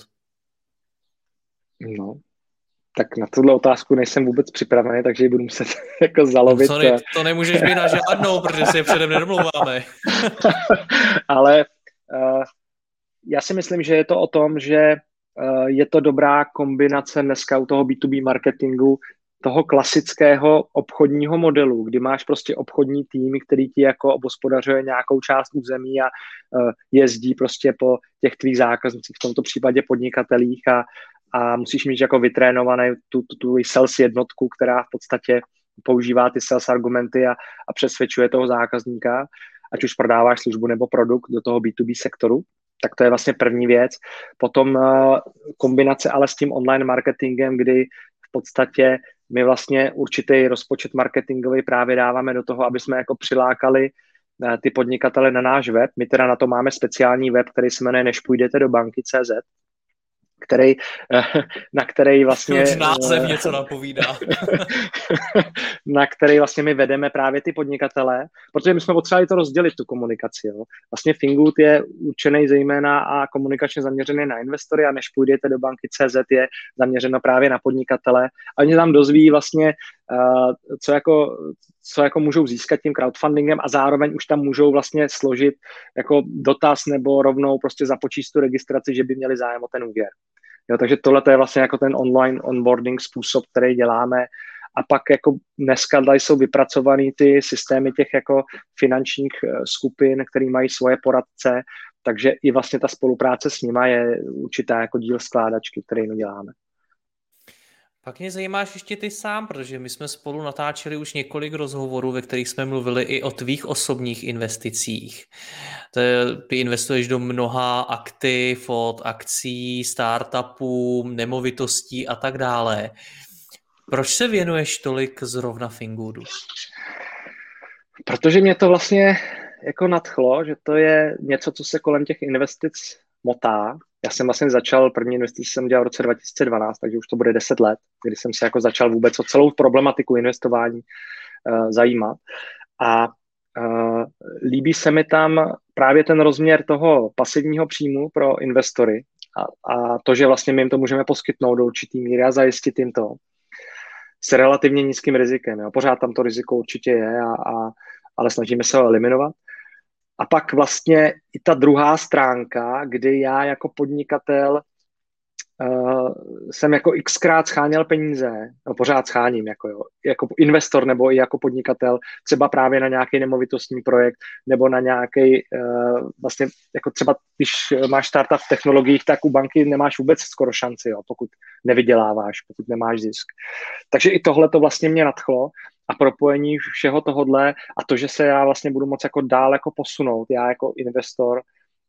No, tak na tuhle otázku nejsem vůbec připravený, takže ji budu muset jako zalovit. No, to nemůžeš mít na žádnou, protože si je předem nedomlouváme. Ale já si myslím, že je to o tom, že je to dobrá kombinace dneska u toho B2B marketingu toho klasického obchodního modelu, kdy máš prostě obchodní tým, který ti jako obhospodařuje nějakou část území a jezdí prostě po těch tvých zákaznicích, v tomto případě podnikatelích a musíš mít jako vytrénovaný tu sales jednotku, která v podstatě používá ty sales argumenty a přesvědčuje toho zákazníka, ať už prodáváš službu nebo produkt do toho B2B sektoru. Tak to je vlastně první věc. Potom kombinace ale s tím online marketingem, kdy v podstatě my vlastně určitý rozpočet marketingový právě dáváme do toho, aby jsme jako přilákali ty podnikatele na náš web. My teda na to máme speciální web, který se jmenuje Než půjdete do banky.cz, na který vlastně... Už název něco napovídá. Na který vlastně my vedeme právě ty podnikatele, protože my jsme potřebovali to rozdělit, tu komunikaci. Jo. Vlastně Fingood je určený zejména a komunikačně zaměřený na investory a Než půjdete do banky.cz je zaměřeno právě na podnikatele. A oni tam dozví vlastně, co jako můžou získat tím crowdfundingem a zároveň už tam můžou vlastně složit jako dotaz nebo rovnou prostě započíst tu registraci, že by měli zájem o ten úvěr. Jo, takže tohle je vlastně jako ten online onboarding způsob, který děláme. A pak jako dneska jsou vypracovaný ty systémy těch jako finančních skupin, který mají svoje poradce, takže i vlastně ta spolupráce s nima je určitá jako díl skládačky, který my děláme. Pak mě zajímáš ještě ty sám, protože my jsme spolu natáčeli už několik rozhovorů, ve kterých jsme mluvili i o tvých osobních investicích. Ty investuješ do mnoha aktiv, od akcí, startupů, nemovitostí a tak dále. Proč se věnuješ tolik zrovna Fingoodu? Protože mě to vlastně jako nadchlo, že to je něco, co se kolem těch investic motá. Já jsem vlastně začal, první investici jsem dělal v roce 2012, takže už to bude 10 let, kdy jsem se jako začal vůbec o celou problematiku investování zajímat. A líbí se mi tam právě ten rozměr toho pasivního příjmu pro investory a to, že vlastně my jim to můžeme poskytnout do určitý míry a zajistit jim to s relativně nízkým rizikem. Jo. Pořád tam to riziko určitě je, ale snažíme se ho eliminovat. A pak vlastně i ta druhá stránka, kdy já jako podnikatel jsem jako xkrát scháněl peníze, no pořád scháním jako investor nebo i jako podnikatel, třeba právě na nějaký nemovitostní projekt nebo na nějaký vlastně jako třeba když máš startup v technologiích, tak u banky nemáš vůbec skoro šanci, jo, pokud nevyděláváš, pokud nemáš zisk. Takže i tohle to vlastně mě nadchlo a propojení všeho tohodle a to, že se já vlastně budu moct jako dál jako posunout, já jako investor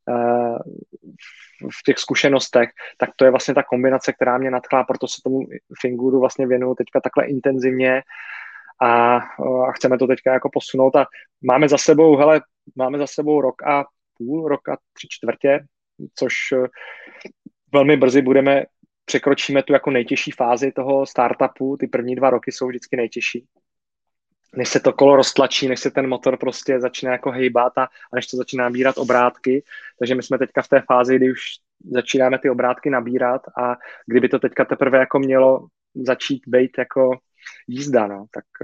v těch zkušenostech, tak to je vlastně ta kombinace, která mě nadchla, proto se tomu Fingoodu vlastně věnuju teďka takhle intenzivně a chceme to teďka jako posunout a máme za sebou rok a půl, rok a 3/4, což velmi brzy překročíme tu jako nejtěžší fázi toho startupu, ty první 2 roky jsou vždycky nejtěžší. Než se to kolo roztlačí, než se ten motor prostě začne jako hejbat a než to začíná nabírat obrátky. Takže my jsme teďka v té fázi, kdy už začínáme ty obrátky nabírat a kdyby to teďka teprve jako mělo začít být jako jízda, no,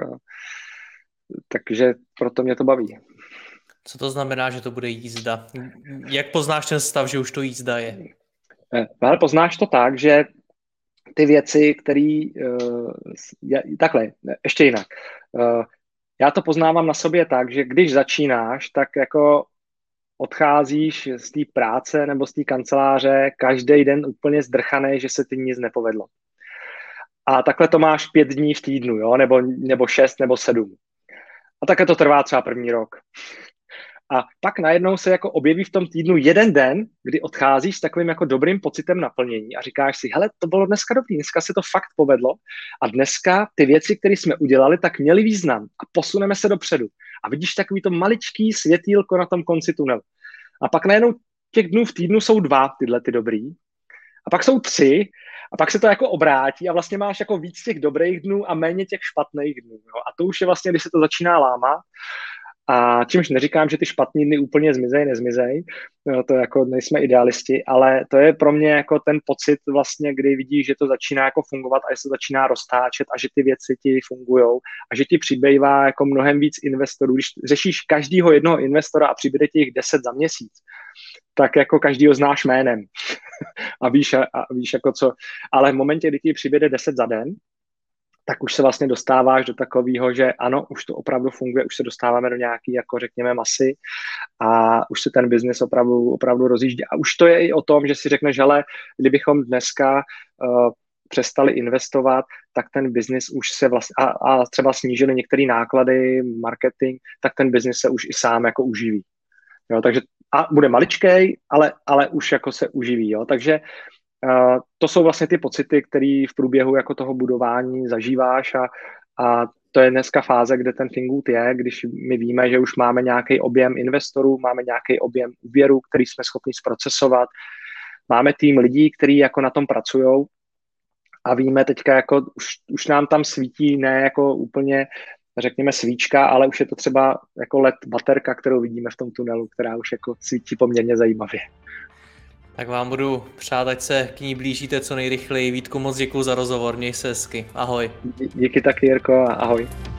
takže proto mě to baví. Co to znamená, že to bude jízda? Jak poznáš ten stav, že už to jízda je? Ale poznáš to tak, že ty věci, které... takhle, ještě jinak. Já to poznávám na sobě tak, že když začínáš, tak jako odcházíš z té práce nebo z té kanceláře každý den úplně zdrchaný, že se ti nic nepovedlo. A takhle to máš 5 dní v týdnu, jo? Nebo 6 nebo 7. A takhle to trvá třeba první rok. A pak najednou se jako objeví v tom týdnu jeden den, kdy odcházíš s takovým jako dobrým pocitem naplnění a říkáš si, hele, to bylo dneska dobrý, dneska se to fakt povedlo a dneska ty věci, které jsme udělali, tak měly význam a posuneme se dopředu. A vidíš takový to maličký světýlko na tom konci tunelu. A pak najednou těch dnů v týdnu jsou 2 tyhle ty dobrý. A pak jsou 3 a pak se to jako obrátí a vlastně máš jako víc těch dobrých dnů a méně těch špatných dnů. Jo? A to už je vlastně, když se to začíná lámat. A čímž neříkám, že ty špatný dny úplně nezmizej, no, to jako nejsme idealisti, ale to je pro mě jako ten pocit vlastně, kdy vidíš, že to začíná jako fungovat a že se začíná roztáčet a že ty věci ti fungujou a že ti přibývá jako mnohem víc investorů. Když řešíš každýho jednoho investora a přibude ti jich 10 za měsíc, tak jako každýho znáš jménem a víš jako co. Ale v momentě, kdy ti přibude 10 za den, tak už se vlastně dostáváš do takového, že ano, už to opravdu funguje, už se dostáváme do nějaký, jako řekněme, masy a už se ten biznis opravdu rozjíždí. A už to je i o tom, že si řekneš, hele, kdybychom dneska přestali investovat, tak ten biznis už se vlastně, a třeba snížili některé náklady, marketing, tak ten biznis se už i sám jako uživí. Jo, takže a bude maličkej, ale už jako se uživí. Jo, takže to jsou vlastně ty pocity, které v průběhu jako toho budování zažíváš a to je dneska fáze, kde ten Fingood je, když my víme, že už máme nějaký objem investorů, máme nějaký objem úvěru, který jsme schopni zprocesovat, máme tým lidí, kteří jako na tom pracují a víme teďka, jako už nám tam svítí ne jako úplně, řekněme, svíčka, ale už je to třeba jako LED baterka, kterou vidíme v tom tunelu, která už jako svítí poměrně zajímavě. Tak vám budu přát, ať se k ní blížíte co nejrychleji. Vítku, moc děkuju za rozhovor, měj se hezky. Ahoj. Díky taky, Jirko, a ahoj.